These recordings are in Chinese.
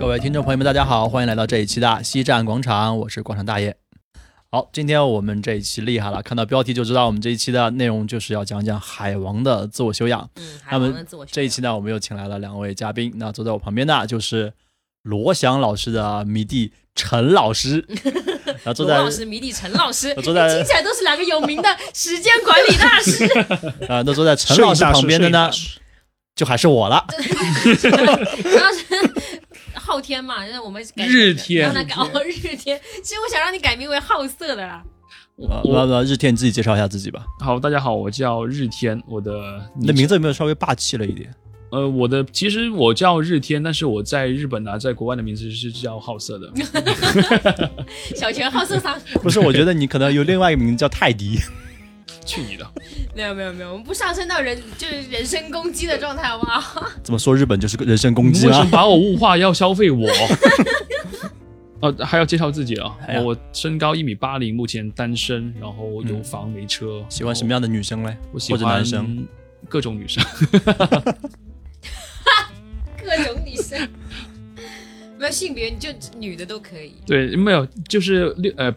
各位听众朋友们大家好，欢迎来到这一期的西站广场，我是广场大爷。好，今天我们这一期厉害了，看到标题就知道我们这一期的内容就是要讲讲海王的自我修养。 海王的自我修养。 这一期呢，我们又请来了两位嘉宾，那坐在我旁边的就是罗翔老师的迷弟陈老师，然后坐在罗老师迷弟陈老师， 坐在听起来都是两个有名的时间管理大师。 那坐在陈老师旁边的呢，就还是我了。 陈老师昊天嘛，就是我们日天， 让他改日天。其实我想让你改名为好色的啦。 日天，你自己介绍一下自己吧。 好，大家好，我叫日天， 你的名字有没有稍微霸气了一点？ 其实我叫日天，但是我在日本啊，在国外的名字是叫好色的。 小泉好色桑。 不是，我觉得你可能有另外一个名字叫泰迪。 去你的！ 没有，我们不上升到就是人身攻击的状态，好不好？ 怎么说日本就是个人身攻击啊？ 为什么把我物化，要消费我？还要介绍自己啊！我身高1.80米，目前单身，然后有房没车。 喜欢什么样的女生嘞？ 我喜欢或者男生？ 各种女生。 各种女生，没有性别，就女的都可以。 对，没有，就是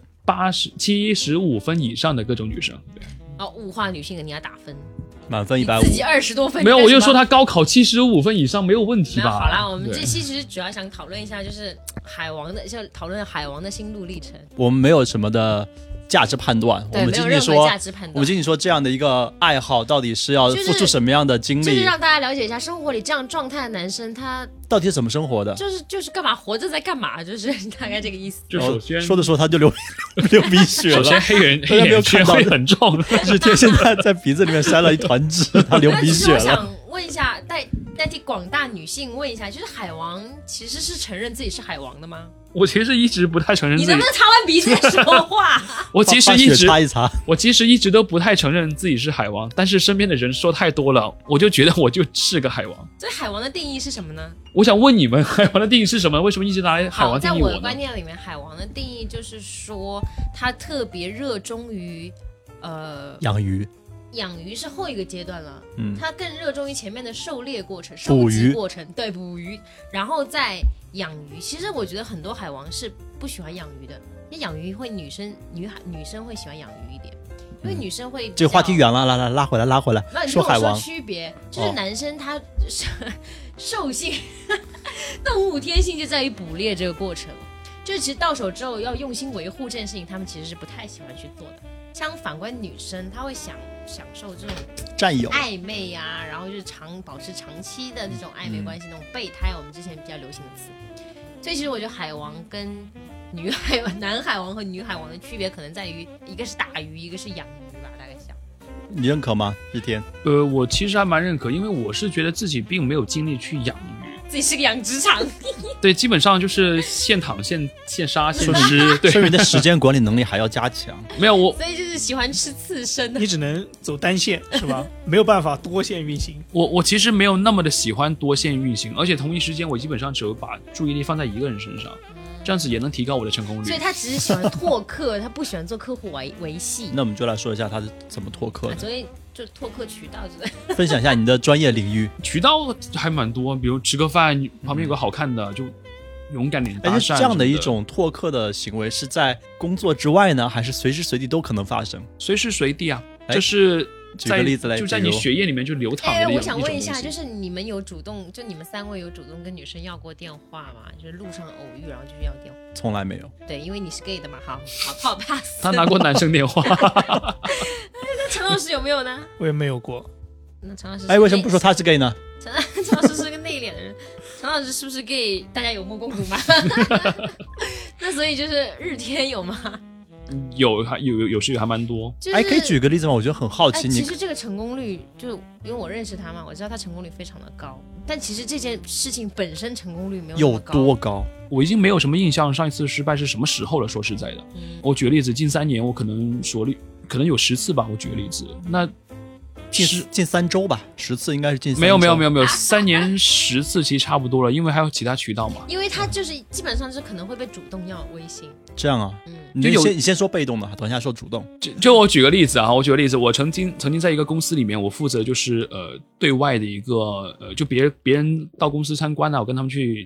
75分以上的各种女生。对。 物化女性的你要打分， 满分150， 自己20多分。 没有，我就说他高考75分以上没有问题吧？ 好啦，我们这期其实主要想讨论一下，就是海王的，就讨论海王的心路历程。 我们没有什么的价值判断，我们仅仅说这样的一个爱好到底是要付出什么样的精力， 就是让大家了解一下生活里这样状态的男生他到底是怎么生活的， 就是干嘛活着在干嘛，就是大概这个意思。 就首先说着说他就流鼻血了。 首先黑眼圈会很重， 日天现在在鼻子里面塞了一团汁，他流鼻血了。 我想问一下，代替广大女性问一下，就是海王其实是承认自己是海王的吗？ 我其实一直不太承认自己。 你能不能擦完鼻子再说话？ 我其实一直都不太承认自己是海王，但是身边的人说太多了，我就觉得我就是个海王。 所以海王的定义是什么呢？ 我想问你们，海王的定义是什么？为什么一直拿来海王定义我呢？ 在我的观念里面，海王的定义就是说，他特别热衷于养鱼。 养鱼是后一个阶段了，他更热衷于前面的狩猎过程、 捕鱼过程，对，捕鱼，然后再养鱼。其实我觉得很多海王是不喜欢养鱼的，因为养鱼会女生会喜欢养鱼一点，因为女生会这个话题远了，来拉回来。 那你跟我说区别，就是男生他兽性动物天性就在于捕猎这个过程，就是其实到手之后要用心维护这件事情，他们其实是不太喜欢去做的。相反观女生，她会享受这种占有暧昧呀，然后就是保持长期的这种暧昧关系，那种备胎，我们之前比较流行的词。所以其实我觉得海王跟男海王和女海王的区别，可能在于一个是打鱼，一个是养鱼吧，大概想。 你认可吗，日天？ 我其实还蛮认可，因为我是觉得自己并没有精力去养鱼。 自己是个养殖场。 对，基本上就是现躺现杀现吃。对， 说明你的时间管理能力还要加强。 没有我， 所以就是喜欢吃刺身的。 你只能走单线是吧？没有办法多线运行。 我其实没有那么的喜欢多线运行，而且同一时间我基本上只会把注意力放在一个人身上，这样子也能提高我的成功率。 所以他只是喜欢拓客，他不喜欢做客户维系。 那我们就来说一下他是怎么拓客的。 所以就拓客渠道之类。 分享一下你的专业领域。 渠道还蛮多，比如吃个饭旁边有个好看的就勇敢点搭讪。 这样的一种拓客的行为是在工作之外呢，还是随时随地都可能发生？ 随时随地啊，就是举个例子来， 就在你血液里面就流淌的。 我想问一下，就是你们有主动，就你们3位有主动跟女生要过电话吗？就是路上偶遇然后就是要电话？ 从来没有。 对，因为你是 gay 的嘛。好怕我 pass。 他拿过男生电话。 那陈老师有没有呢？ 我也没有过。 那陈老师为什么不说他是 gay 呢？ 陈老师是个内敛的人，陈老师是不是 gay？ 大家有目共睹吗？那所以就是日天有吗？ 有时还蛮多。 可以举个例子吗？我觉得很好奇。 其实这个成功率，就因为我认识他嘛，我知道他成功率非常的高。但其实这件事情本身成功率没有那么高。 有多高？ 我已经没有什么印象，上一次失败是什么时候了？说实在的，我举个例子，近3年我可能有10次吧。我举个例子，那近3周吧，10次应该是近3周。 没有，3年10次其实差不多了，因为还有其他渠道嘛。 因为他就是基本上是可能会被主动要微信。 这样啊，你先说被动的，等一下说主动。 就我举个例子啊，我曾经在一个公司里面，我负责就是对外的一个就别人到公司参观啊，我跟他们去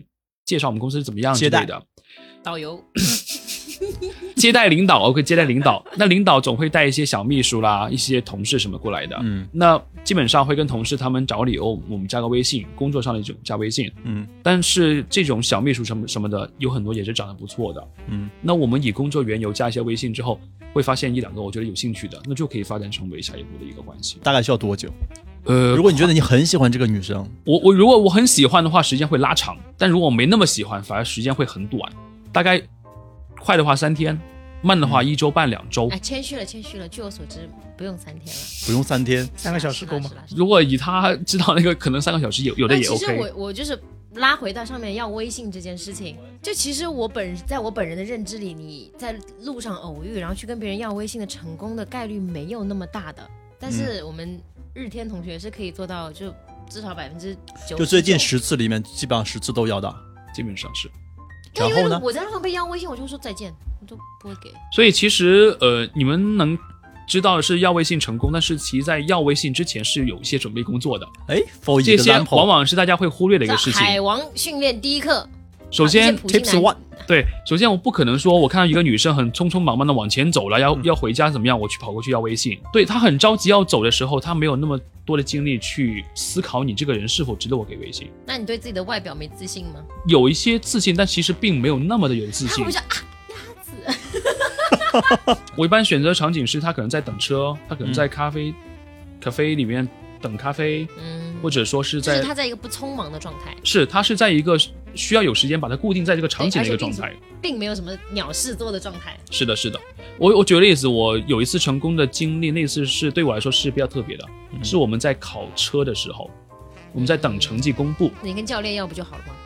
介绍我们公司是怎么样之类的。 导游接待领导 OK 接待领导，那领导总会带一些小秘书啦，一些同事什么过来的。那基本上会跟同事他们找理由，我们加个微信，工作上的一种加微信。但是这种小秘书什么的有很多也是长得不错的。那我们以工作缘由加一些微信之后，会发现1-2个我觉得有兴趣的，那就可以发展成为下一步的一个关系。 大概需要多久？如果你觉得你很喜欢这个女生， 我如果我很喜欢的话，时间会拉长；但如果我没那么喜欢，反而时间会很短。大概快的话3天，慢的话1周半2周。 谦虚了。据我所知，不用3天了。 不用3天 ，3个小时够吗？ 如果以他知道那个，可能3个小时有的也 OK。 其实我就是拉回到上面要微信这件事情，就其实在我本人的认知里，你在路上偶遇，然后去跟别人要微信的成功的概率没有那么大的。但是我们日天同学是可以做到，就至少99%。 就最近10次里面，基本上10次都要到， 基本上是。 然后呢？ 我在路上被要微信，我就会说再见，我都不会给。 所以其实你们能知道的是要微信成功，但是其实在要微信之前是有一些准备工作的。这些往往是大家会忽略的一个事情。 海王训练第一课， 首先 Tips 1， 对，首先我不可能说我看到一个女生很匆匆忙忙的往前走了，要回家怎么样，我去跑过去要微信。对，她很着急要走的时候，她没有那么多的精力去思考你这个人是否值得我给微信。 那你对自己的外表没自信吗？ 有一些自信，但其实并没有那么的有自信。 他鸭子。 我一般选择场景是他可能在等车，他可能在咖啡里面等咖啡，或者说是就是他在一个不匆忙的状态。 是，他是在一个需要有时间把它固定在这个场景的一个状态， 并没有什么鸟事做的状态。 是的。我举个例子，我有一次成功的经历，那次是对我来说是比较特别的，是我们在考车的时候，我们在等成绩公布。 你跟教练要不就好了吗？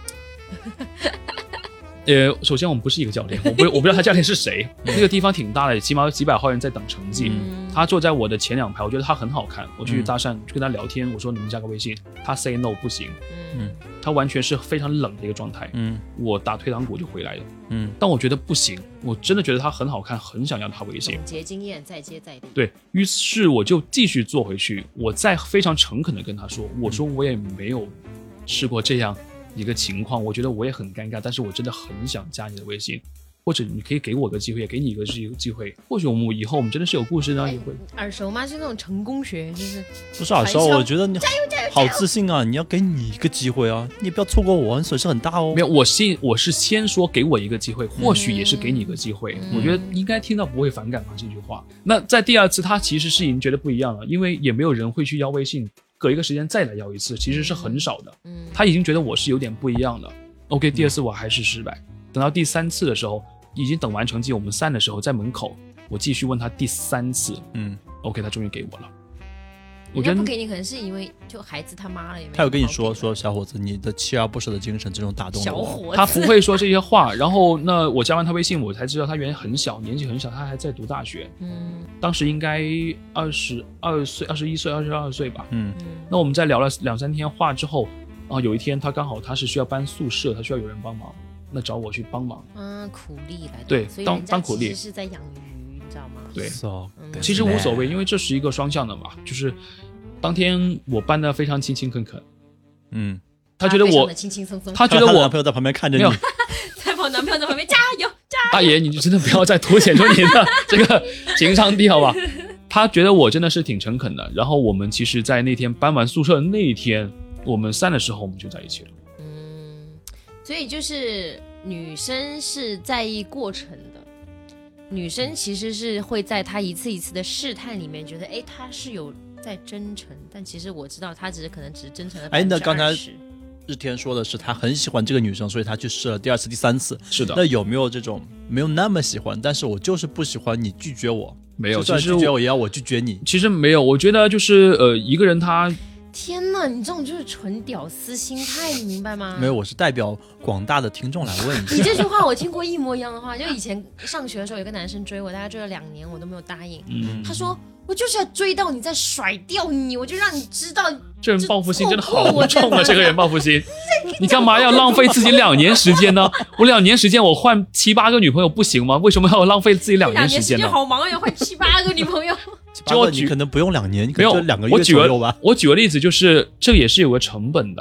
首先我们不是一个教练，我不知道他教练是谁。那个地方挺大的，起码有几百号人在等成绩。他坐在我的前2排，我觉得他很好看，我去搭讪，去跟他聊天，我说你们加个微信，他 say no 不行。他完全是非常冷的一个状态。我打退堂鼓就回来了。但我觉得不行，我真的觉得他很好看，很想要他微信。 总结经验，再接再厉。 对，于是我就继续坐回去，我再非常诚恳的跟他说，我说我也没有试过这样一个情况，我觉得我也很尴尬，但是我真的很想加你的微信，或者你可以给我个机会，也给你一个机会，或许以后我们真的是有故事呢，也会。 耳熟吗？是那种成功学，就是不是耳熟？我觉得你好自信啊！你要给你一个机会啊，你不要错过我，你损失很大哦。 没有，我是先说给我一个机会，或许也是给你一个机会。我觉得应该听到不会反感吧这句话。那在第2次，他其实是已经觉得不一样了，因为也没有人会去要微信。隔一个时间再来要一次，其实是很少的。他已经觉得我是有点不一样的。OK， 第2次我还是失败。等到第3次的时候，已经等完成绩，我们散的时候，在门口，我继续问他第3次。OK， 他终于给我了。我觉得不给你，可能是因为就孩子他妈了也没有。 他有跟你说小伙子，你的锲而不舍的精神，这种打动了我。 小伙子， 他不会说这些话。然后那我加完他微信，我才知道他原来很小，年纪很小，他还在读大学。当时应该22岁、21岁、22岁吧。那我们在聊了2-3天话之后，有一天他刚好他是需要搬宿舍，他需要有人帮忙，那找我去帮忙。 苦力来的。 对， 所以当苦力其实是在养鱼，你知道吗？ 对， 其实无所谓，因为这是一个双向的嘛，就是当天我搬得非常勤勤恳恳。他觉得我轻轻松松， 他觉得我男朋友在旁边看着你， 在我男朋友在旁边加油。 大爷，你真的不要再凸显出你的这个情商低好吧？他觉得我真的是挺诚恳的。然后我们其实在那天搬完宿舍的那一天，我们散的时候我们就在一起了。 所以就是女生是在意过程的，女生其实是会在她一次一次的试探里面觉得她是有在真诚，但其实我知道她可能只是真诚了20%。 那刚才日天说的是他很喜欢这个女生，所以他去试了第2次第3次。 是的。 那有没有这种没有那么喜欢，但是我就是不喜欢你拒绝我？ 没有， 就算拒绝我也要我拒绝你。 其实没有，我觉得就是一个人他， 天哪，你这种就是纯屌丝心态，你明白吗？ 没有，我是代表广大的听众来问一下。 你这句话我听过一模一样的话，就以前上学的时候有个男生追我，大概追了2年，我都没有答应。他说我就是要追到你再甩掉你，我就让你知道。 这人报复心真的好重啊！这个人报复心，你干嘛要浪费自己2年时间呢？我2年时间我换7-8个女朋友不行吗？为什么要浪费自己2年时间呢？ 2年时间好忙啊，要换7-8个女朋友。 就你可能不用2年，你可能就2个月左右吧。 我举个例子，就是这个也是有个成本的。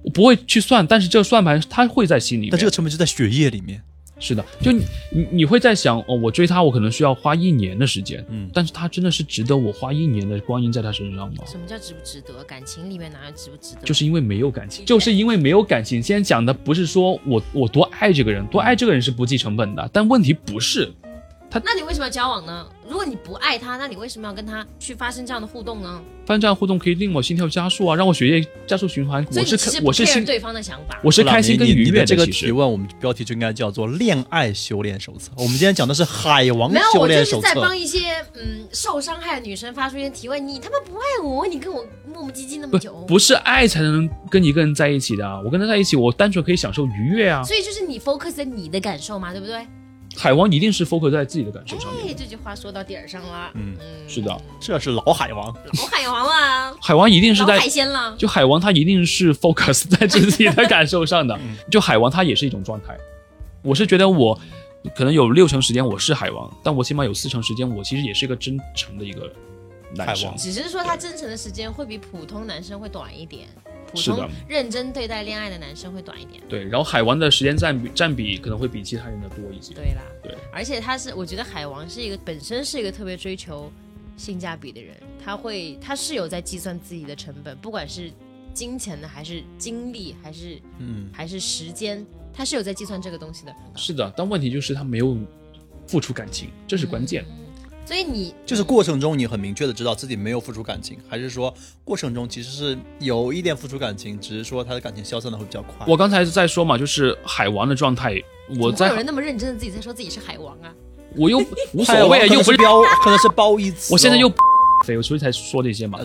我不会去算，但是这个算盘它会在心里面。 但这个成本就在血液里面。 是的，就你会在想哦，我追他，我可能需要花1年的时间，但是他真的是值得我花1年的光阴在他身上吗？ 什么叫值不值得？感情里面哪有值不值得？ 就是因为没有感情，就是因为没有感情。现在讲的不是说我多爱这个人，多爱这个人是不计成本的，但问题不是。 那你为什么要交往呢？如果你不爱他，那你为什么要跟他去发生这样的互动呢？ 发生这样的互动可以令我心跳加速啊，让我血液加速循环。 所以你其实不 care 对方的想法， 我是开心跟愉悦的。 这个提问，我们标题就应该叫做《恋爱修炼手册》。我们今天讲的是海王修炼手册。 没有，我就是在帮一些受伤害的女生发出一些提问。你他妈不爱我，你跟我磨磨唧唧那么久， 不是爱才能跟一个人在一起的啊！我跟他在一起，我单纯可以享受愉悦啊。 所以就是你 focus 在你的感受嘛，对不对？ 海王一定是 focus 在自己的感受上面。 这句话说到点儿上了。 是的， 这是老海王， 老海王啊！ 海王一定是在老海鲜了。 就海王他一定是 focus 在自己的感受上的。就海王他也是一种状态。我是觉得我可能有6成时间我是海王，但我起码有4成时间我其实也是一个真诚的一个男生。 只是说他真诚的时间会比普通男生会短一点。普通认真对待恋爱的男生会短一点。 对，然后海王的时间占比可能会比其他人的多一些。 对啦，对，而且我觉得海王是本身是一个特别追求性价比的人，他是有在计算自己的成本，不管是金钱的还是精力还是时间，他是有在计算这个东西的。 是的，但问题就是他没有付出感情，这是关键。 所以你就是过程中你很明确的知道自己没有付出感情，还是说过程中其实是有一点付出感情，只是说他的感情消散的会比较快？ 我刚才在说嘛，就是海王的状态，我在怎么会有人那么认真的自己在说自己是海王啊？ 我又无所谓，又不是可能是褒义词。 我现在又肥，所以才说这些嘛，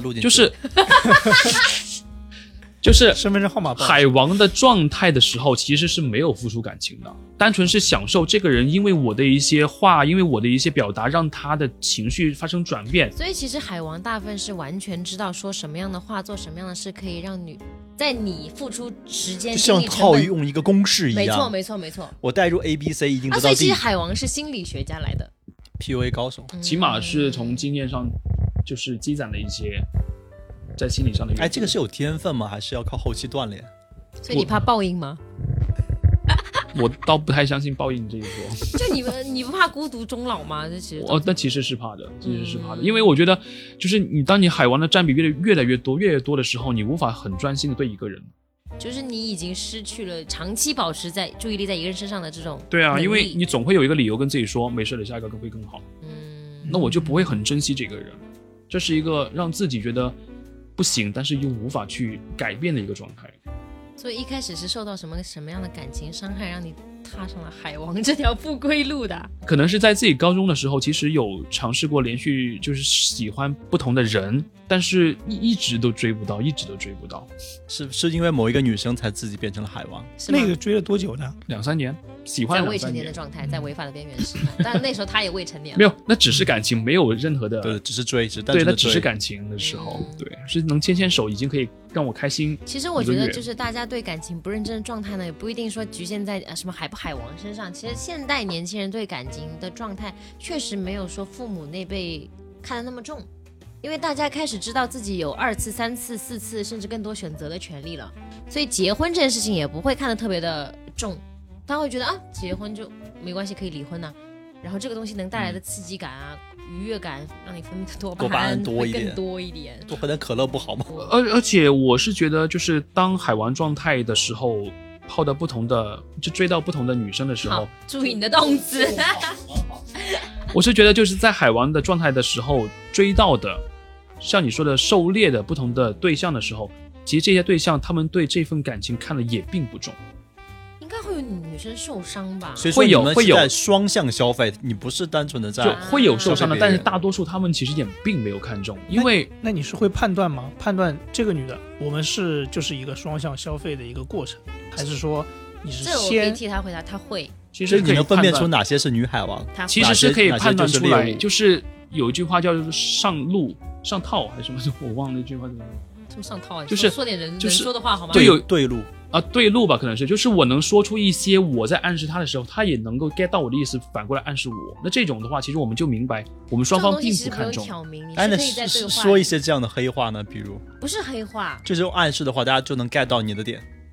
就是身份证号码海王的状态的时候，其实是没有付出感情的，单纯是享受这个人因为我的一些话，因为我的一些表达，让他的情绪发生转变。 所以其实海王大部分是完全知道说什么样的话，做什么样的事，可以让在你付出时间， 就像套用一个公式一样。 没错。 我带入 ABC 一定得到 D。 所以其实海王是心理学家来的 ，PUA 高手， 起码是从经验上就是积攒了一些。在心理上的这个是有天分吗？还是要靠后期锻炼？ 所以你怕报应吗？ 我倒不太相信报应这一说。 就你不怕孤独终老吗？这其实那其实是怕的，因为我觉得就是当你海王的占比越来越多的时候，你无法很专心的对一个人。 就是你已经失去了长期保持在注意力在一个人身上的这种。 对啊，因为你总会有一个理由跟自己说没事的，下一个会更好。那我就不会很珍惜这个人，这是一个让自己觉得不行，但是又无法去改变的一个状态。 所以一开始是受到什么样的感情伤害，让你踏上了海王这条不归路的？ 可能是在自己高中的时候，其实有尝试过连续就是喜欢不同的人，但是一直都追不到。 是因为某一个女生才自己变成了海王？ 那个追了多久呢 ？2-3年。喜欢在未成年的状态，在违法的边缘试探，但那时候他也未成年。 没有，那只是感情，没有任何的。 对，只是追， 对，那只是感情的时候，对，是能牵手已经可以让我开心。 其实我觉得，就是大家对感情不认真的状态呢，也不一定说局限在什么海不海王身上。其实现代年轻人对感情的状态，确实没有说父母那辈看得那么重。因为大家开始知道自己有2次、3次、4次，甚至更多选择的权利了，所以结婚这件事情也不会看得特别的重。他会觉得结婚就没关系，可以离婚然后这个东西能带来的刺激感愉悦感，让你分泌的多巴胺会更多一点。 多喝点可乐不好吗？ 而且我是觉得，就是当海王状态的时候，泡到不同的，就追到不同的女生的时候， 注意你的动词。 我是觉得，就是在海王的状态的时候追到的，像你说的狩猎的不同的对象的时候，其实这些对象他们对这份感情看的也并不重。 应该会有女生受伤吧？ 所以说你们是在双向消费，你不是单纯的在就会有受伤的，但是大多数他们其实也并没有看中，因为那你是会判断吗？判断这个女的，我们就是一个双向消费的一个过程，还是说你是先？ 这我可以替他回答，他会。 其实你能分辨出哪些是女海王？ 其实是可以判断出来，就是有一句话叫做上路上套还是什么，我忘了那句话怎么。 上套就是说点人说的话好吗？ 就有对路对路吧，可能是，就是我能说出一些我在暗示他的时候，他也能够 get 到我的意思，反过来暗示我。那这种的话，其实我们就明白我们双方并不看重。 那说一些这样的黑话呢？比如不是黑话， 就是用暗示的话，大家就能 get 到你的点。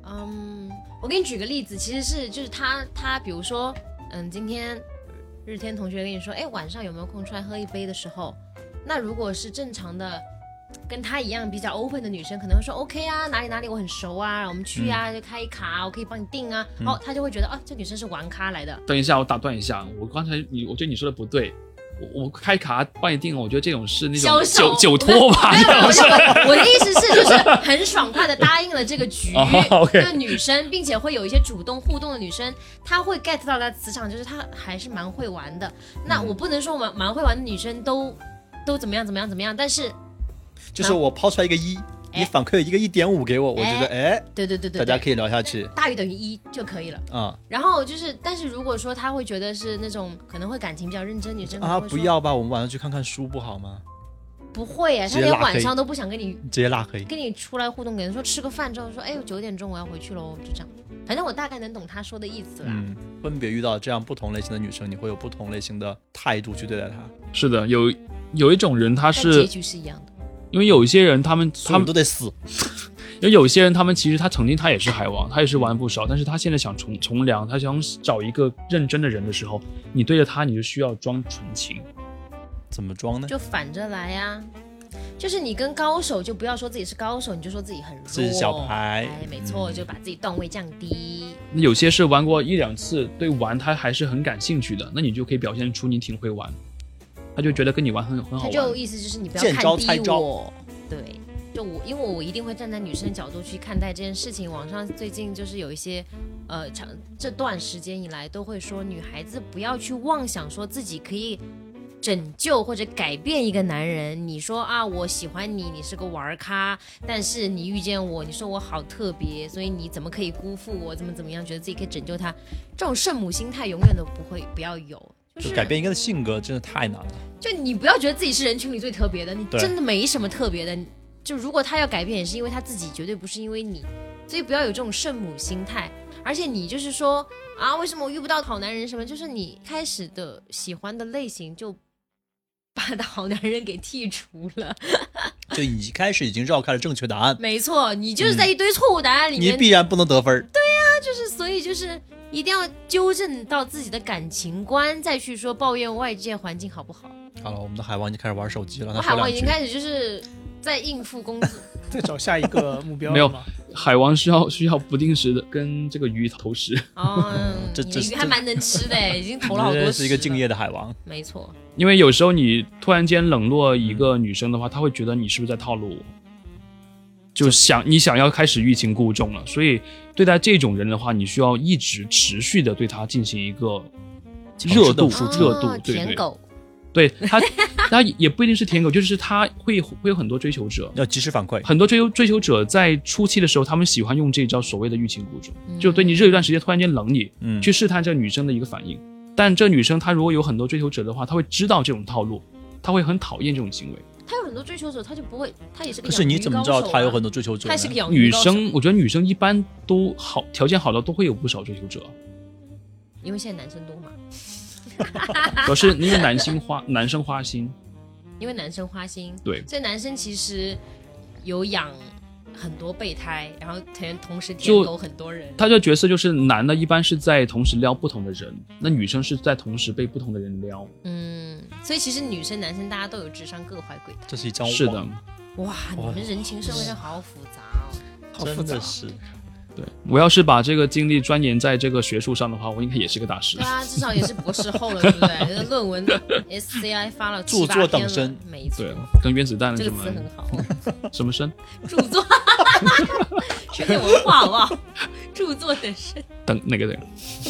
我给你举个例子，其实是就是他比如说，今天日天同学跟你说，哎，晚上有没有空出来喝一杯的时候，那如果是正常的，跟他一样比较 open 的女生，可能会说 OK 啊，哪里我很熟啊，我们去啊，就开一卡，我可以帮你订啊。他就会觉得啊，这女生是玩咖来的。 等一下，我打断一下，我刚才我觉得你说的不对。我开卡帮你订了，我觉得这种是那种酒托吧。 我的意思是，就是很爽快的答应了这个局。这个女生，并且会有一些主动互动的女生，她会 get 到她的磁场，就是她还是蛮会玩的。那我不能说蛮会玩的女生都怎么样，但是就是我抛出来一个1，你反馈一个1.5给我，我觉得对， 大家可以聊下去， 大于等于1就可以了。然后就是，但是如果说他会觉得是那种可能会感情比较认真女生啊，不要吧，我们晚上去看看书不好吗？ 不会他连晚上都不想跟你直接拉黑， 跟你出来互动，可能说吃个饭之后说，哎，9点钟我要回去喽，就这样。反正我大概能懂他说的意思啦。 分别遇到这样不同类型的女生，你会有不同类型的态度去对待她。 是的，有一种人他是结局是一样的。 因为有一些人他们都得死， 因为有些人他们其实他曾经他也是海王，他也是玩不少，但是他现在想从良，他想找一个认真的人的时候，你对着他你就需要装纯情。 怎么装呢？ 就反着来呀，就是你跟高手就不要说自己是高手，你就说自己很弱， 自己小牌， 没错，就把自己段位降低。 有些是玩过1-2次，对玩他还是很感兴趣的，那你就可以表现出你挺会玩。他就觉得跟你玩很好玩， 他就意思就是你不要看低我，对，就因为我一定会站在女生的角度去看待这件事情。网上最近就是有一些，这段时间以来都会说，女孩子不要去妄想说自己可以拯救或者改变一个男人。你说啊，我喜欢你，你是个玩咖，但是你遇见我，你说我好特别，所以你怎么可以辜负我？怎么样，觉得自己可以拯救他？这种圣母心态永远都不要有。 就改变一个人的性格真的太难了。 就你不要觉得自己是人群里最特别的，你真的没什么特别的。就如果他要改变，也是因为他自己，绝对不是因为你。所以不要有这种圣母心态。而且你就是说啊，为什么我遇不到好男人什么？就是你开始的喜欢的类型就把好男人给剔除了。 就你一开始已经绕开了正确答案。 没错，你就是在一堆错误答案里面， 你必然不能得分。 对呀，就是所以就是一定要纠正到自己的感情观，再去说抱怨外界环境好不好。 好了，我们的海王已经开始玩手机了。 海王已经开始就是在应付工作， 在找下一个目标。 没有，海王需要不定时的跟这个鱼投食。 你的鱼还蛮能吃的，已经投了好多食。 是一个敬业的海王。 没错。 因为有时候你突然间冷落一个女生的话，她会觉得你是不是在套路我？就你想要开始欲擒故纵了，所以对待这种人的话，你需要一直持续的对他进行一个热度，对舔狗。 对他也不一定是舔狗，就是他会有很多追求者， 要及时反馈。 很多追求者在初期的时候，他们喜欢用这招所谓的欲擒故纵，就对你热一段时间，突然间冷你，去试探这个女生的一个反应。但这女生她如果有很多追求者的话，她会知道这种套路，她会很讨厌这种行为。 她有很多追求者，她就不会，她也是个可是你怎么知道她有很多追求者呢？ 她是个养鱼高手。 我觉得女生一般都好，条件好的都会有不少追求者。 因为现在男生多嘛。 可是因为男生花心， 因为男生花心， 对， 所以男生其实有养很多备胎，然后同时舔狗很多人。 他这个角色就是男的一般是在同时撩不同的人，那女生是在同时被不同的人撩。 所以其实女生男生大家都有智商，各怀鬼胎。 这是一张网。 是的。 哇，你们人情社会上好复杂哦， 好复杂。真的是。 对，我要是把这个精力钻研在这个学术上的话，我应该也是个大师。 对啊，至少也是博士后了，对不对？论文 SCI 发了著作等身， 没错。 对，跟原子弹这个词很好。 什么身？ 著作，学点文化好不好？著作等身。 等那个的，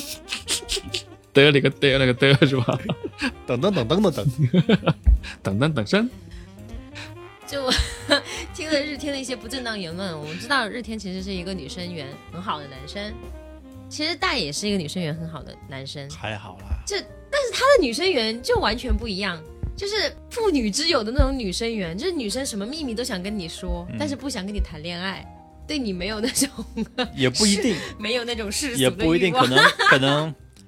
那个的是吧？ 等身。 就听了日天的一些不正当言论，我们知道日天其实是一个女生缘很好的男生，其实大也是一个女生缘很好的男生， 还好啦。 但是他的女生缘就完全不一样，就是妇女之友的那种女生缘，就是女生什么秘密都想跟你说，但是不想跟你谈恋爱，对你没有那种也不一定没有那种世俗的欲望， 也不一定，可能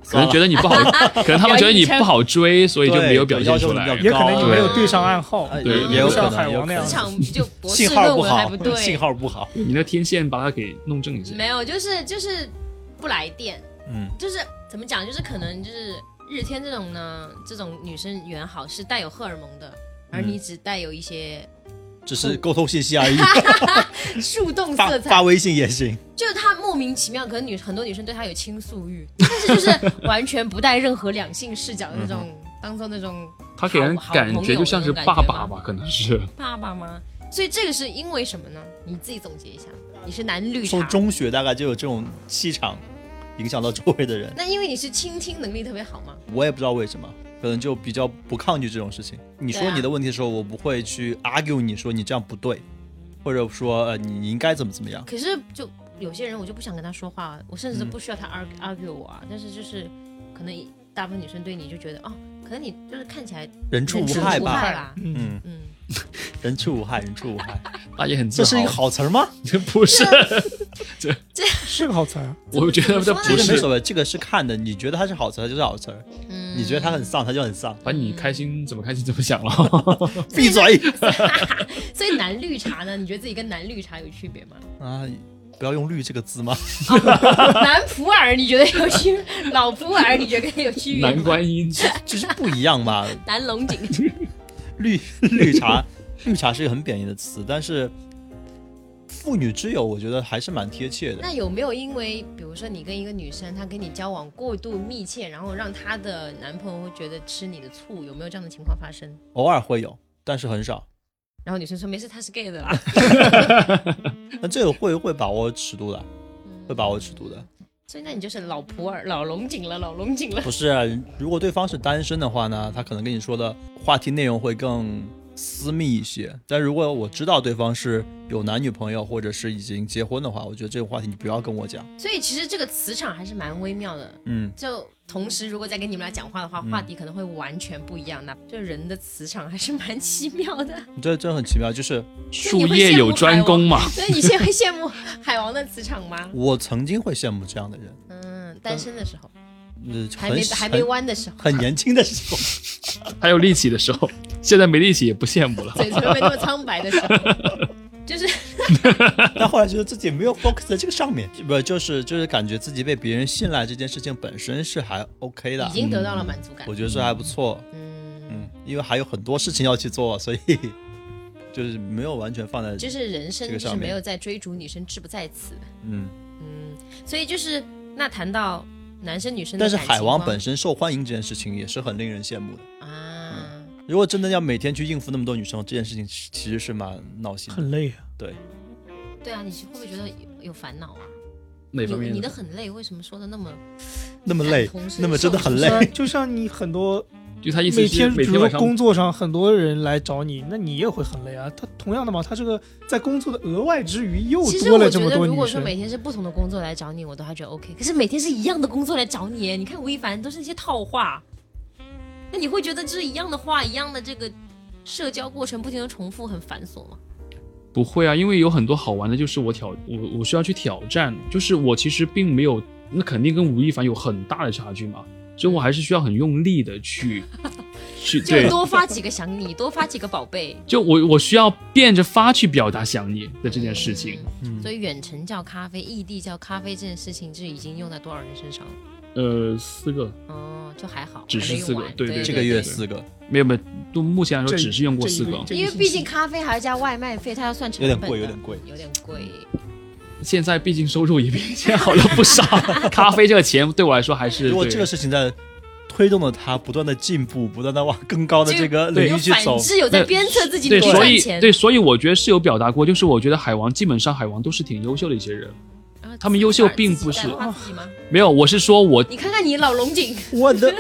可能觉得你不好，可能他们觉得你不好追，所以就没有表现出来。 也可能你没有对上暗号， 对， 也有可能像海王那样子。 磁场就博士信号论不好文还不对， 信号不好。 你的天线把它给弄正一下。 没有，就是不来电， 嗯， 就是怎么讲，就是可能就是日天这种呢，这种女生缘好是带有荷尔蒙的，而你只带有一些只是沟通信息而已， 树洞发色彩， 发微信也行。 就是她莫名其妙，可能很多女生对她有倾诉欲，但是就是完全不带任何两性视角的那种，当做那种他给人感觉就像是爸爸吧，可能是爸爸吗？所以这个是因为什么呢？你自己总结一下。你是男绿茶， 从中学大概就有这种气场，影响到周围的人。 那因为你是倾听能力特别好吗？ 我也不知道为什么，可能就比较不抗拒这种事情。你说你的问题的时候，我不会去 argue 你说你这样不对，或者说你应该怎么样。 可是就有些人我就不想跟他说话，我甚至都不需要他 argue 我啊。但是就是可能大部分女生对你就觉得可能你就是看起来人畜无害吧。 嗯，人畜无害，人畜无害。 他也很自豪。 这是一个好词吗？ 不是， 这是个好词啊。 我觉得这不是。 没所谓，这个是看的。你觉得它是好词，它就是好词。你觉得它很丧，它就很丧。 反正你开心怎么开心怎么想了。 闭嘴。 所以男绿茶呢？你觉得自己跟男绿茶有区别吗？ 不要用绿这个字吗？ 男普洱你觉得有区别？老普洱你觉得有区别？ 男观音就是不一样嘛。 男龙井。 绿茶是一个很贬义的词，但是妇女之友我觉得还是蛮贴切的。 那有没有因为比如说你跟一个女生她跟你交往过度密切，然后让她的男朋友会觉得吃你的醋，有没有这样的情况发生？ 偶尔会有，但是很少。 然后女生说没事，他是 gay 的啦。 那这个会把握尺度的，会把握尺度的。 所以那你就是老普洱、老龙井了。 不是啊，如果对方是单身的话呢，他可能跟你说的话题内容会更私密一些。但如果我知道对方是有男女朋友或者是已经结婚的话，我觉得这个话题你不要跟我讲。 所以其实这个磁场还是蛮微妙的。就同时如果再跟你们俩讲话的话，话题可能会完全不一样的。就人的磁场还是蛮奇妙的。 这很奇妙，就是术业有专攻嘛。 所以你现在会羡慕海王的磁场吗？ 我曾经会羡慕这样的人。 单身的时候。还没弯的时候， 很年轻的时候， 还有力气的时候，现在没力气也不羡慕了。 嘴唇没那么苍白的时候，就是但后来觉得自己没有 focus 在这个上面，不就是感觉自己被别人信赖这件事情本身是还 OK 的， 已经得到了满足感。 我觉得这还不错。因为还有很多事情要去做，所以就是没有完全放在就是人生就是没有在追逐女生志不在此。所以就是那谈到。男生女生的但是海王本身受欢迎这件事情也是很令人羡慕的啊。如果真的要每天去应付那么多女生，这件事情其实是蛮闹心的， 很累啊。 对啊，你会不会觉得有烦恼啊？ 哪方面？ 你的很累，为什么说的那么累？那么真的很累？ 就像你很多。 就他意思是每天比如说工作上很多人来找你，那你也会很累啊。他同样的嘛，他这个在工作的额外之余又多了这么多女生。其实我觉得， 如果说每天是不同的工作来找你，我都还觉得 OK。可是每天是一样的工作来找你，你看吴亦凡都是那些套话，那你会觉得就是一样的话，一样的这个社交过程不停的重复，很繁琐吗？ 不会啊，因为有很多好玩的，就是我需要去挑战，就是我其实并没有，那肯定跟吴亦凡有很大的差距嘛。所以我还是需要很用力的去就多发几个想你，多发几个宝贝。 就我需要变着法去表达想你的这件事情。 所以远程叫咖啡，异地叫咖啡这件事情，这已经用在多少人身上了 ？4个。 就还好， 只是4个。对， 这个月4个。 没有，都目前来说只是用过4个。 因为毕竟咖啡还要加外卖费，它要算成本， 有点贵。 现在毕竟收入也比以前好了不少，咖啡这个钱对我来说还是。 如果这个事情在推动了他不断的进步，不断的往更高的这个领域去走， 反之有在鞭策自己多赚钱。 对，所以我觉得是有表达过，就是我觉得基本上海王都是挺优秀的一些人。他们优秀并不是没有，我是说你看看你老龙井， 我的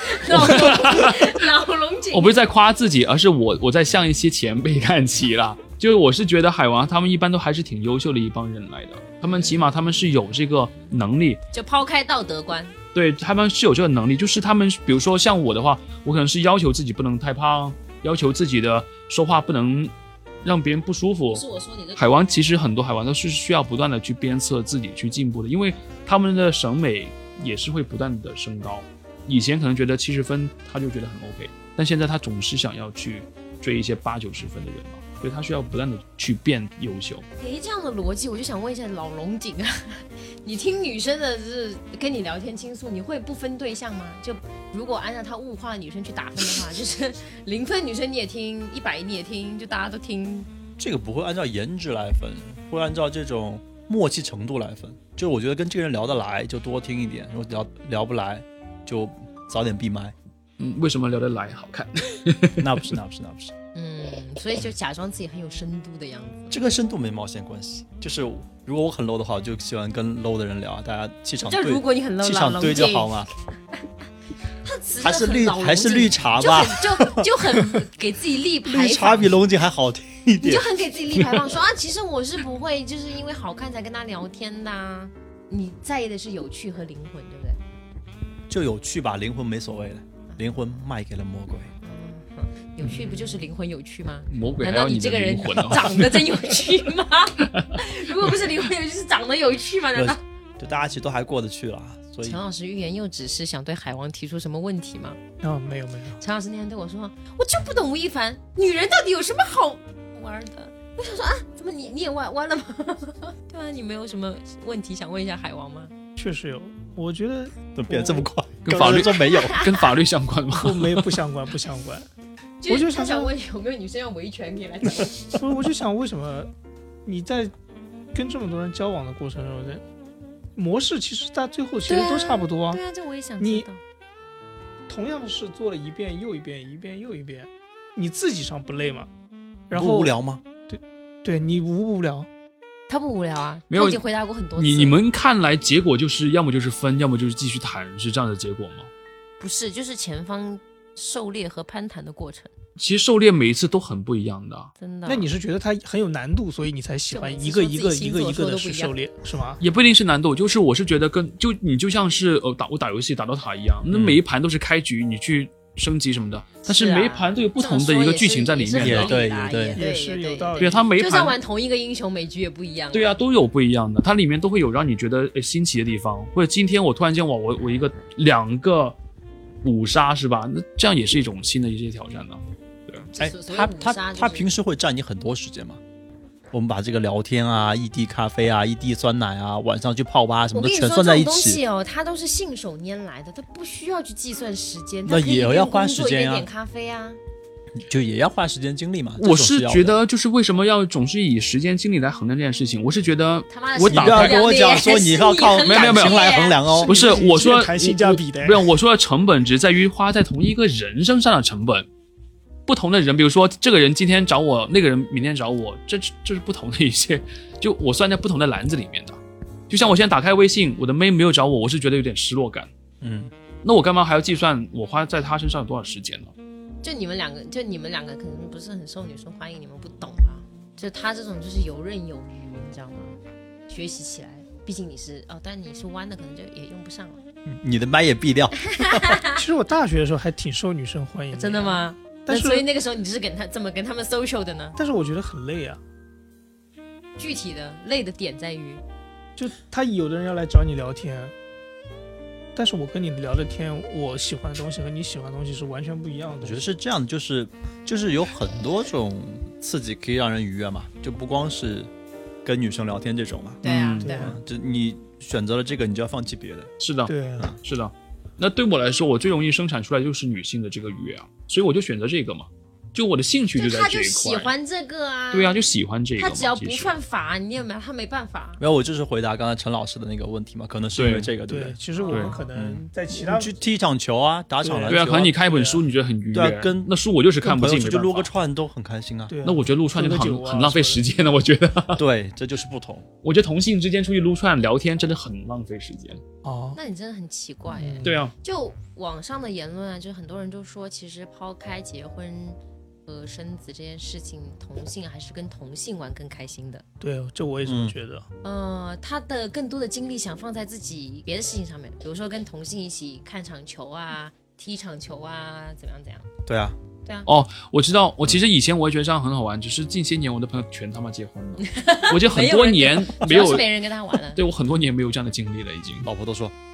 老龙井， 我不是在夸自己，而是我在向一些前辈看齐啦。就是我是觉得海王他们一般都还是挺优秀的一帮人来的，他们起码他们是有这个能力， 就抛开道德观， 对，他们是有这个能力。就是他们比如说像我的话，我可能是要求自己不能太胖，要求自己的说话不能让别人不舒服。 是我说你的。 海王其实很多海王都是需要不断的去鞭策自己去进步的，因为他们的审美也是会不断的升高。以前可能觉得70分他就觉得很 OK， 但现在他总是想要去追一些80-90分的人嘛，所以他需要不断的去变优秀。 这样的逻辑，我就想问一下老龙井啊，你听女生的是跟你聊天倾诉，你会不分对象吗？就如果按照他物化的女生去打分的话，就是0分女生你也听，100你也听，就大家都听。 这个不会按照颜值来分，会按照这种默契程度来分。就我觉得跟这个人聊得来就多听一点，如果聊不来就早点闭麦。 为什么聊得来好看？ 那不是。 所以就假装自己很有深度的样子。 这跟深度没毛线关系。就是如果我很 low 的话，我就喜欢跟 low 的人聊，大家气场对。 就如果你很 low， 气场对就好嘛。 还是绿茶吧， 就很给自己立牌坊。 绿茶比龙井还好听一点。 你就很给自己立牌坊，说啊，其实我是不会，就是因为好看才跟他聊天的啊。你在意的是有趣和灵魂，对不对？ 就有趣吧，灵魂没所谓的，灵魂卖给了魔鬼。 有趣不就是灵魂有趣吗？ 魔鬼难道你这个人长得真有趣吗？如果不是灵魂有趣，是长得有趣吗？难道？ 就大家其实都还过得去了。所以陈老师欲言又止是想对海王提出什么问题吗？ 没有。 陈老师那天对我说，我就不懂吴亦凡，女人到底有什么好玩的？我想说啊，怎么你也弯了吗？对啊，你没有什么问题想问一下海王吗？ 确实有，我觉得怎么变得这么快？ 跟法律说没有， 跟法律相关吗？ 不相关。我就想问有没有女生要维权可以来找我就想为什么你在跟这么多人交往的过程中，模式其实在最后其实都差不多啊。 对啊，这我也想知道。 你同样的事做了一遍又一遍，一遍又一遍，你自己上不累吗？然后不无聊吗？ 对，你无聊？ 他不无聊啊， 没有， 我已经回答过很多次。 你们看来结果就是要么就是分，要么就是继续谈，是这样的结果吗？ 不是，就是前方狩猎和攀谈的过程。 其实狩猎每一次都很不一样的， 真的。 那你是觉得它很有难度，所以你才喜欢一个的去狩猎，是吗？ 也不一定是难度，就是我是觉得你就像是我打游戏打DOTA一样，那每一盘都是开局，你去升级什么的，但是每一盘都有不同的一个剧情在里面的。 也是有道理。 对啊，它每一盘就算玩同一个英雄，每局也不一样。 对啊，都有不一样的，它里面都会有让你觉得新奇的地方，或者今天我突然间我2个5杀是吧？那这样也是一种新的一些挑战呢。 哎，他平时会占你很多时间吗？我们把这个聊天啊、异地咖啡啊、异地酸奶啊、晚上去泡吧什么的全算在一起。 我跟你说，这种东西哦，它都是信手拈来的，它不需要去计算时间。 那也要花时间啊，点咖啡啊， 就也要花时间精力嘛。 我是觉得，就是为什么要总是以时间精力来衡量这件事情？我是觉得， 我不要跟我讲说你要靠感情来衡量哦。 不是，我说谈性价比的， 不是我说的成本值在于花在同一个人身上的成本。不同的人，比如说这个人今天找我，那个人明天找我，这是不同的一些，就我算在不同的篮子里面的。就像我现在打开微信，我的妹没有找我，我是觉得有点失落感。那我干嘛还要计算我花在他身上有多少时间呢？ 就你们两个可能不是很受女生欢迎，你们不懂啊。就他这种就是游刃有余，你知道吗？学习起来，毕竟你是但你是弯的，可能就也用不上了。 你的麦也闭掉。 其实我大学的时候还挺受女生欢迎的。 真的吗？ 但是所以那个时候你是怎么跟他们 social 的呢？ 但是我觉得很累啊。 具体的累的点在于， 就他有的人要来找你聊天，但是我跟你聊的天，我喜欢的东西和你喜欢的东西是完全不一样的。 我觉得是这样的，就是有很多种刺激可以让人愉悦嘛，就不光是跟女生聊天这种嘛。 对啊，对啊， 就你选择了这个，你就要放弃别的。 是的， 对啊， 是的。那对我来说，我最容易生产出来就是女性的这个愉悦啊，所以我就选择这个嘛。就我的兴趣就在这一块， 他就喜欢这个啊。 对啊，就喜欢这个。 他只要不犯法，他没办法。 没有，我就是回答刚才陈老师的那个问题嘛，可能是因为这个，对不对？ 其实我们可能在其他去踢一场球啊，打场篮球。 对啊，可能你看一本书，你觉得很愉悦。 对啊，跟那书我就是看不进， 就撸个串都很开心啊。 那我觉得撸串就很浪费时间了，我觉得。 对，这就是不同。 我觉得同性之间出去撸串聊天真的很浪费时间。 哦， 那你真的很奇怪耶。 对啊， 就网上的言论啊，就很多人都说，其实抛开结婚和生子这件事情，同性还是跟同性玩更开心的。 对，这我也这么觉得。 他的更多的精力想放在自己别的事情上面，比如说跟同性一起看场球啊、踢场球啊，怎么样？ 对啊。 对啊。 哦，我知道，我其实以前我也觉得这样很好玩，只是近些年我的朋友全他妈结婚了，我就很多年没有没人跟他玩了。 对，我很多年没有这样的经历了，已经。 老婆都说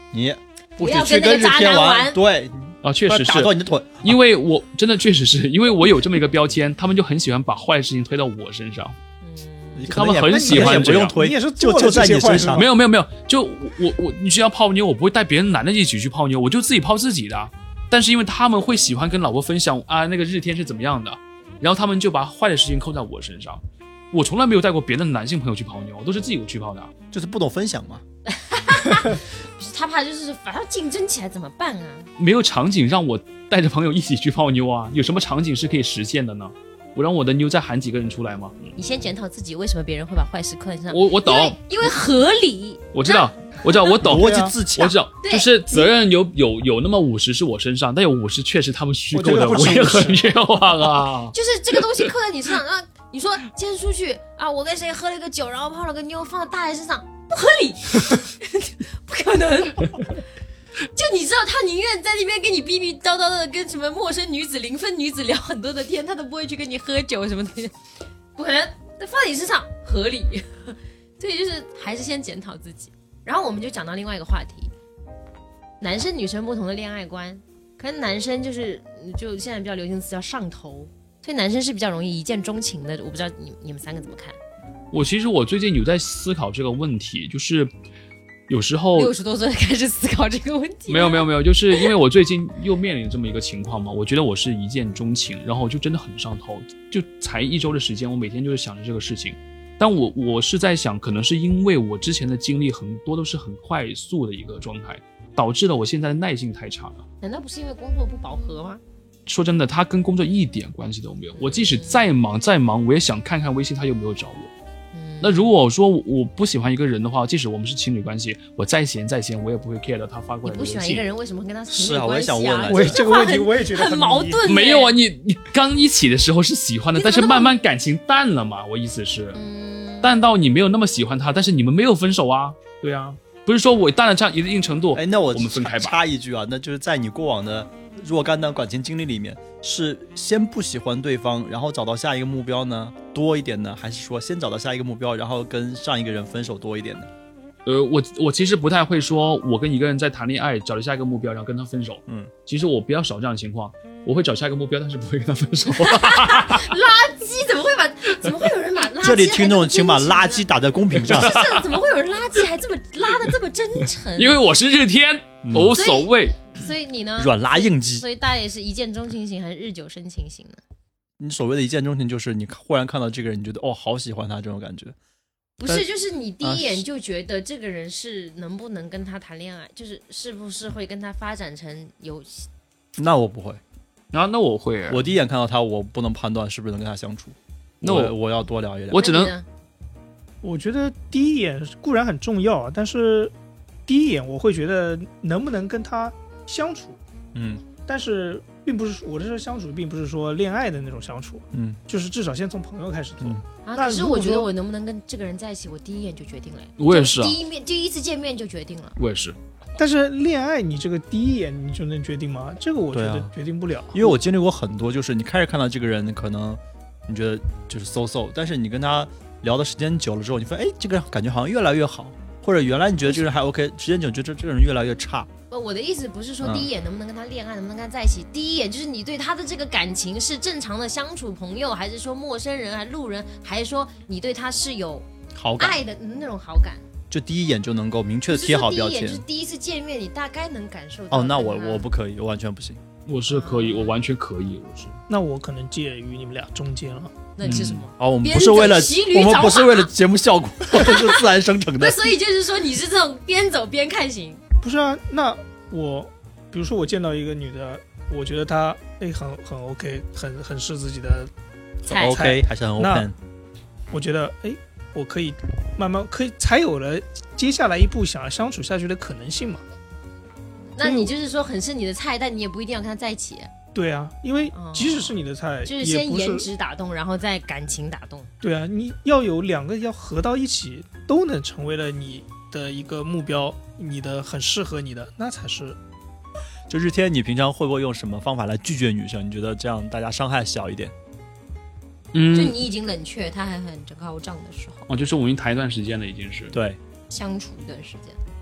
你不不要许去跟那个渣日天男玩对， 啊，确实是打断你的腿。 因为我真的确实是因为我有这么一个标签，他们就很喜欢把坏事情推到我身上。 你可能也他们很喜欢也不这样用推， 你也是就做了就在这些坏事你身上。 没有，就我你需要泡妞，我不会带别人男的一起去泡妞，我就自己泡自己的。但是因为他们会喜欢跟老婆分享啊那个日天是怎么样的，然后他们就把坏的事情扣在我身上。我从来没有带过别的男性朋友去泡妞，都是自己去泡的。 就是不懂分享嘛。 他怕就是反正竞争起来怎么办啊？ 没有场景让我带着朋友一起去泡妞啊，有什么场景是可以实现的呢？我让我的妞再喊几个人出来吗？ 你先检讨自己，为什么别人会把坏事扣在身上？ 我懂， 因为合理。 我知道，我懂， 逻辑自洽。 我知道， 对就是责任有那么50是我身上，但有50确实他们虚构的， 我觉得不止我也很冤枉啊。 就是这个东西扣在你身上，那你说今天出去啊，我跟谁喝了个酒，然后泡了个妞，放到大爷身上，不合理，不可能。就你知道，他宁愿在那边跟你逼逼叨叨的，跟什么陌生女子、零分女子聊很多的天，他都不会去跟你喝酒什么的，不可能。那放在你身上合理，所以就是还是先检讨自己。然后我们就讲到另外一个话题，男生女生不同的恋爱观，可能男生就现在比较流行的词叫上头，所以男生是比较容易一见钟情的。我不知道你们三个怎么看？ 其实我最近有在思考这个问题，就是有时候 60多岁开始思考这个问题。 没有，就是因为我最近又面临这么一个情况嘛，我觉得我是一见钟情，然后就真的很上头，就才1周的时间，我每天就是想着这个事情。但我是在想，可能是因为我之前的经历很多都是很快速的一个状态，导致了我现在的耐性太差了。 难道不是因为工作不饱和吗？ 说真的，它跟工作一点关系都没有。我即使再忙，我也想看看微信他有没有找我。那如果说我不喜欢一个人的话，即使我们是情侣关系，我再闲，我也不会 care 到他发过来的微信。 你不喜欢一个人，为什么跟他情侣是啊，我也关系想问来我也这个问题很我也觉得很矛迷盾。 没有啊，你刚一起的时候是喜欢的，但是慢慢感情淡了嘛。我意思是，淡到你没有那么喜欢他，但是你们没有分手啊。对啊，不是说我淡了这样一定程度， 哎，那我们分开吧。 插一句啊，那就是在你过往的若干段感情经历里面，是先不喜欢对方，然后找到下一个目标呢多一点呢，还是说先找到下一个目标，然后跟上一个人分手多一点呢？ 我其实不太会说，我跟一个人在谈恋爱，找了下一个目标，然后跟他分手。其实我比较少这样的情况，我会找下一个目标，但是不会跟他分手。 垃圾怎么会有人把垃圾？ 这里听众请把垃圾打在公屏上。 是怎么会有人垃圾还这么拉的这么真诚？ 因为我是日天，无所谓。 所以你呢？ 软拉硬鸡。 所以大爷是一见钟情型还是日久生情型呢？ 你所谓的一见钟情，就是你忽然看到这个人，你觉得好喜欢他这种感觉。 不是，就是你第一眼就觉得这个人是能不能跟他谈恋爱，就是是不是会跟他发展成有。 那我不会。 那我会。 我第一眼看到他，我不能判断是不是能跟他相处。那我要多聊一聊。 我只能。 我觉得第一眼固然很重要，但是第一眼我会觉得能不能跟他相处。但是并不是我这相处，并不是说恋爱的那种相处。就是至少先从朋友开始做。 可是我觉得我能不能跟这个人在一起，我第一眼就决定了。 我也是。 第一次见面就决定了。 我也是。 但是恋爱，你这个第一眼你就能决定吗？这个我觉得决定不了。 因为我经历过很多，就是你开始看到这个人，可能你觉得就是 so， 但是你跟他聊的时间久了之后，你发现这个人感觉好像越来越好，或者原来你觉得这个人还 OK， 时间久觉得这个人越来越差。 我的意思不是说第一眼能不能跟他恋爱，能不能跟他在一起，第一眼就是你对他的这个感情是正常的相处朋友，还是说陌生人，还是路人，还是说你对他是有好感爱的那种好感？ 就第一眼就能够明确的贴好标签。 第一眼就是第一次见面，你大概能感受到。 那我不可以，我完全不行。 我是可以，我完全可以，我是。 那我可能介于你们俩中间了。 那你是什么？ 我们不是为了节目效果，我们是自然生成的。 所以就是说你是这种边走边看型。 不是啊，那比如说我见到一个女的，我觉得她很 OK， 很是自己的菜 OK， 还是很 open。 我觉得我可以慢慢才有了接下来一步想要相处下去的可能性嘛。 那你就是说很是你的菜，但你也不一定要跟他在一起。 对啊，因为即使是你的菜， 就是先颜值打动，然后再感情打动。 对啊，你要有两个要合到一起，都能成为了你的一个目标，你的很适合你的，那才是。 就日天，你平常会不会用什么方法来拒绝女生？你觉得这样大家伤害小一点？ 就你已经冷却，他还很高涨的时候。 就是我们谈一段时间了，已经是对相处一段时间。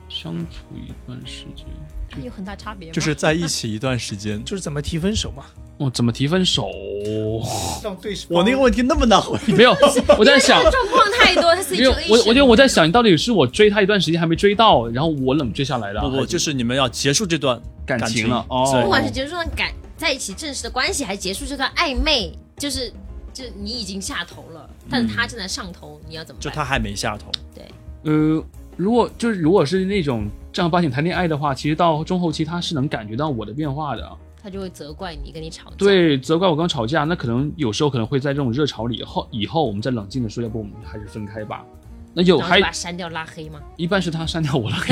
相处一段时间， 有很大差别吗？ 就是在一起一段时间， 就是怎么提分手嘛？ 怎么提分手？ 让对方我那个问题那么难回， 没有，我在想状况太多，他自己没有，我觉得我在想，到底是我追他一段时间还没追到，然后我冷追下来的， 不，就是你们要结束这段感情了不管是结束这段在一起正式的关系，还是结束这段暧昧，就你已经下头了，但是他正在上头，你要怎么办？ 就他还没下头。 对， 如果是那种正儿八经谈恋爱的话，其实到中后期他是能感觉到我的变化的。 他就会责怪你，跟你吵架。 对，责怪我跟我吵架，那可能有时候可能会在这种热潮里以后我们再冷静的说，要不我们还是分开吧。那还把删掉拉黑吗？ 一般是他删掉我拉黑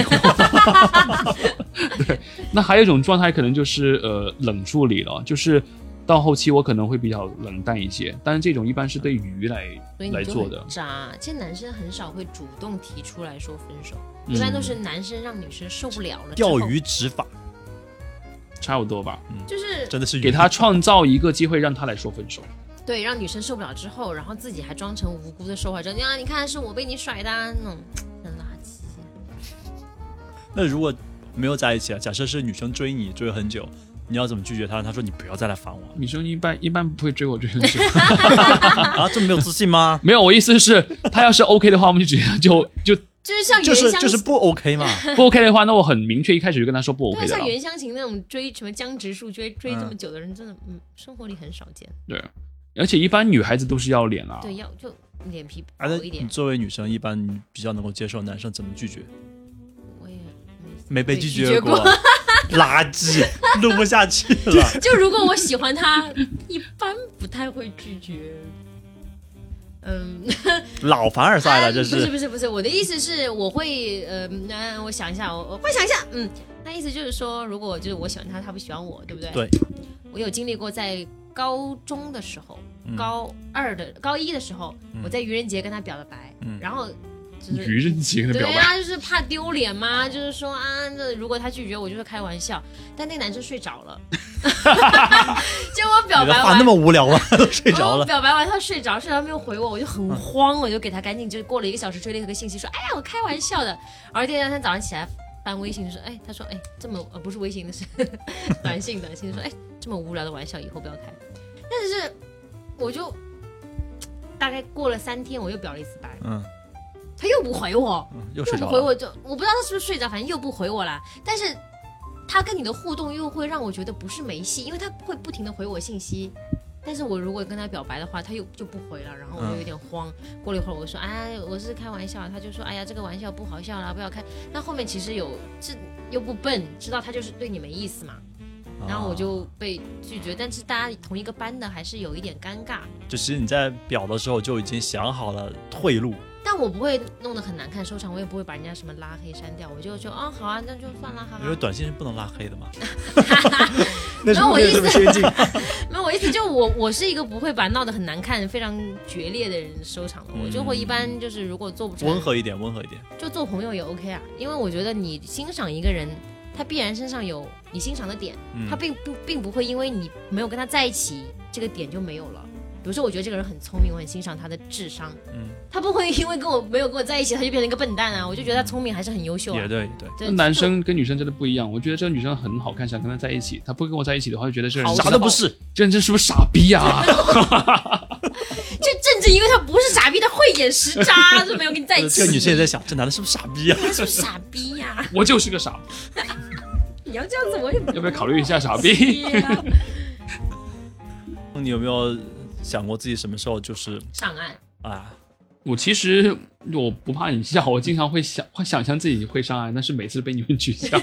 对，那还有一种状态可能就是冷处理了，就是到后期我可能会比较冷淡一些，但是这种一般是对鱼来做的。 渣，其实男生很少会主动提出来说分手，一般都是男生让女生受不了了， 钓鱼执法。 差不多吧， 就是真的是给他创造一个机会让他来说分手。 对，让女生受不了之后，然后自己还装成无辜的受害者，你看是我被你甩的那种垃圾。 那如果没有在一起啊，假设是女生追你追很久，你要怎么拒绝她？她说你不要再来烦我。 女生一般不会追我追很久。 啊，这么没有自信吗？ 没有，我意思是，她要是 OK 的话，我们就直接就是像原乡就是不 OK 嘛？ 不 OK 的话，那我很明确一开始就跟他说不 OK 的。 对，像原乡情那种追什么江直树追这么久的人，真的生活里很少见。 对，而且一般女孩子都是要脸啊。 对，要就脸皮薄一点。 你作为女生，一般你比较能够接受男生怎么拒绝？ 我也没被拒绝过，垃圾，录不下去了。 就如果我喜欢他，一般不太会拒绝。 老凡尔赛了，这是不是，我的意思是我会我想一下，我会想一下，那意思就是说，如果就是我喜欢他，他不喜欢我，对不对？ 对。 我有经历过在高中的时候，高一的时候，我在愚人节跟他表了白，然后就是愚人节跟他表白， 对啊，就是怕丢脸嘛，就是说啊，这如果他拒绝我，就是开玩笑，但那个男生睡着了。结果我表白完，你的话那么无聊吗？都睡着了。 我表白完他睡着没有回我，我就很慌，我就给他赶紧就过了1个小时追了一个信息说，哎呀，我开玩笑的。然后第二天早上起来翻微信说，他说，这么不是微信的是短信说，这么无聊的玩笑以后不要开。但是我就大概过了3天，我又表了一次白，他又不回我， 又睡着了， 又不回我，就我不知道他是不是睡着，反正又不回我了。但是他跟你的互动又会让我觉得不是没戏，因为他会不停的回我信息，但是我如果跟他表白的话，他又就不回了，然后我就有点慌。过了一会儿，我说，我是开玩笑，他就说，这个玩笑不好笑啦，不要开。那后面其实又不笨，知道他就是对你没意思嘛。然后我就被拒绝，但是大家同一个班的还是有一点尴尬。 就其实你在表的时候就已经想好了退路， 但我不会弄得很难看收场，我也不会把人家什么拉黑删掉，我就好啊，那就算了，哈哈。 因为短信是不能拉黑的嘛。 那是不是这么先进？ 没有，我意思就我是一个不会把闹得很难看、非常决裂的人收场的，我就会一般就是如果做不成， 温和一点， 就做朋友也 OK 啊，因为我觉得你欣赏一个人。他必然身上有你欣赏的点，他并不会因为你没有跟他在一起，这个点就没有了。比如说，我觉得这个人很聪明，我很欣赏他的智商，他不会因为没有跟我在一起，他就变成一个笨蛋啊。我就觉得他聪明还是很优秀啊。 也对。 那男生跟女生真的不一样，我觉得这个女生很好看，想跟他在一起，他不跟我在一起的话，就觉得这人啥都不是， 这人是不是傻逼啊？ 就正因为他不是傻逼，他慧眼识渣，就没有跟你在一起。 这个女生也在想，这男的是不是傻逼啊？ 他是不是傻逼呀？ 我就是个傻逼。 你要这样子，我也要不要考虑一下傻逼？ 你有没有想过自己什么时候就是上岸啊？ 我其实我不怕你笑，我经常会想象自己会上岸，但是每次被你们取笑。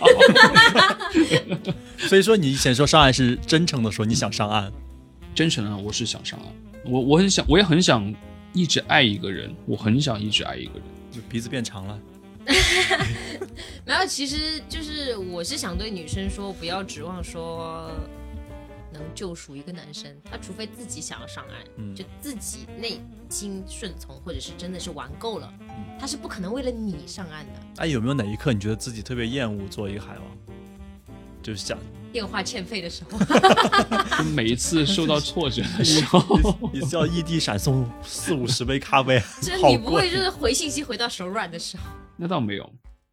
所以说你以前说上岸是真诚的说你想上岸， 真诚的我是想上岸，我也很想一直爱一个人，我很想一直爱一个人。 就鼻子变长了。 没有，其实就是我是想对女生说，不要指望说能救赎一个男生，他除非自己想要上岸，就自己内心顺从，或者是真的是玩够了，他是不可能为了你上岸的。 有没有哪一刻你觉得自己特别厌恶做一个海王？就是想电话欠费的时候， 就每一次受到挫折的时候， 你是要异地闪送40-50杯咖啡， 就是你不会就是回信息回到手软的时候？ 那倒没有，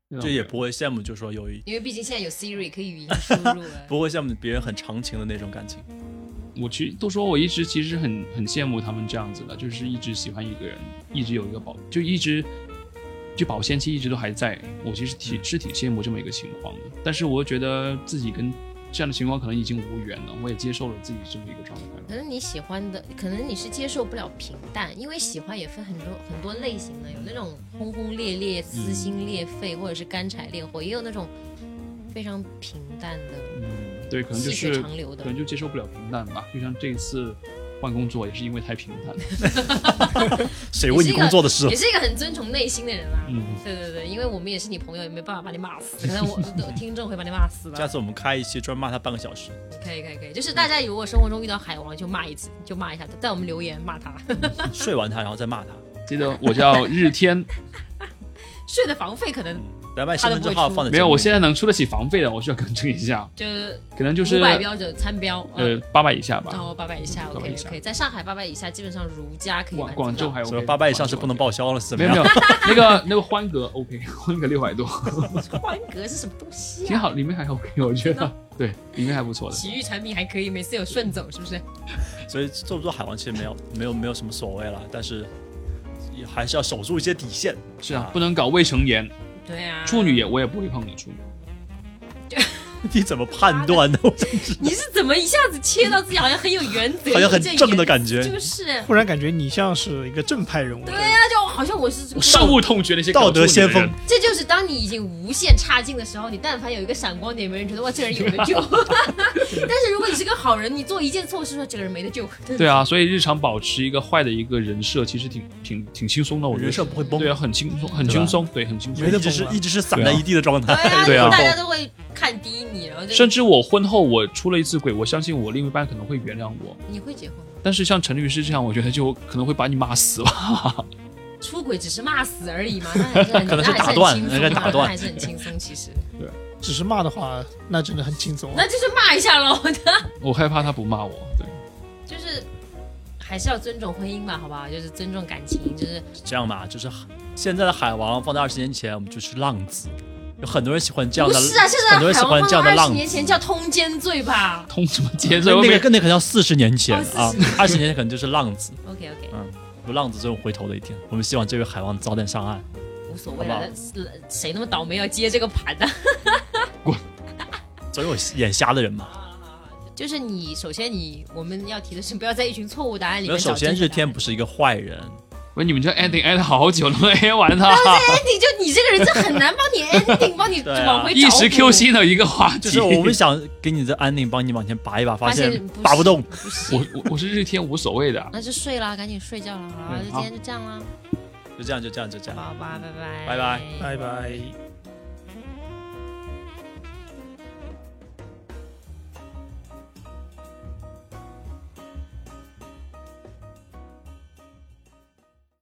就也不会羡慕，就说有一， 因为毕竟现在有 Siri 可以语音输入了。 不会羡慕别人很长情的那种感情。 我都说我一直其实很羡慕他们这样子的，就是一直喜欢一个人，一直有一个保鲜期一直都还在，我其实是挺羡慕这么一个情况的。但是我觉得自己跟这样的情况可能已经无缘了，我也接受了自己这么一个状态。 可能你喜欢的，可能你是接受不了平淡，因为喜欢也分很多类型的，有那种轰轰烈烈、撕心裂肺，或者是干柴烈火，也有那种非常平淡的， 对，可能就细水是长流的， 可能就接受不了平淡吧。就像这一次换工作也是因为太平淡。 谁问你工作的事？ 也是一个很遵从内心的人啦。对，因为我们也是你朋友，也没办法把你骂死，可能我听众会把你骂死吧。 下次我们开一期专门骂他半个小时。 可以，就是大家如果生活中遇到海王就骂一次，就骂一下，在我们留言骂他， 睡完他然后再骂他。 记得我叫日天， 睡的房费可能。 来卖身份证号放在没有，我现在能出得起房费的，我需要更正一下， 就是可能就是 500标准参标 ，800以下吧。 哦，800以下 ，OK，可以，在上海800以下基本上如家可以。 广州还 OK， 800以上是不能报销了，是没有，那个欢格 OK， 欢格600多。 欢格是什么东西啊？ 挺好，里面还 OK， 我觉得对，里面还不错的。 洗浴产品还可以，每次有顺走是不是？ 所以做不做海王其实没有什么所谓了，但是也还是要守住一些底线。 是啊，不能搞未成年。 对啊， 处女我也不会碰的处女。 你怎么判断呢？ 你是怎么一下子切到自己好像很有原则， 好像很正的感觉？ 就是忽然感觉你像是一个正派人物。 对啊，就好像我是深恶痛绝那些道德先锋。 这就是当你已经无限差劲的时候，你但凡有一个闪光点，没人觉得哇这个人有的救。但是如果你是个好人，你做一件错事，说这个人没得救。 对啊，所以日常保持一个坏的一个人设，其实挺轻松的。我觉得人设不会崩。 对啊，很轻松，很轻松，对，很轻松。 一直是散在一地的状态。 对啊，大家都会看低你，然后甚至我婚后我出了一次轨，我相信我另一半可能会原谅我。 你会结婚吗？ 但是像陈律师这样，我觉得就可能会把你骂死吧。 出轨只是骂死而已嘛，那还是很可能是打断， 那还是很轻松，其实。 对， 只是骂的话，那真的很轻松。 那就是骂一下喽。 我害怕他不骂我，对。 就是还是要尊重婚姻吧，好不好？就是尊重感情，就是这样嘛。就是现在的海王放在20年前，我们就是浪子。有很多人喜欢这样的， 不是啊，现在很多人喜欢这样的浪子。 20年前叫通奸罪吧？ 通什么奸罪？ 那个可能要40年前啊，20年前可能就是浪子。 OK， 有浪子这种回头的一天。我们希望这位海王早点上岸。 无所谓了，谁那么倒霉要接这个盘呢？ 滚！总有眼瞎的人嘛。 就是首先我们要提的是，不要在一群错误答案里面找。 首先，日天不是一个坏人。 喂，你们这 ending 挨了好久了，没完他。 ending 就你这个人，这很难帮你 ending， 帮你往回找。 一时 Q 心的一个话题， 就是我们想给你的 ending 帮你往前拔一拔，发现拔不动。 我是日天无所谓的。 那就睡啦，赶紧睡觉了。好，今天就这样啦。 就这样。 好吧，拜拜。 拜拜。 拜拜。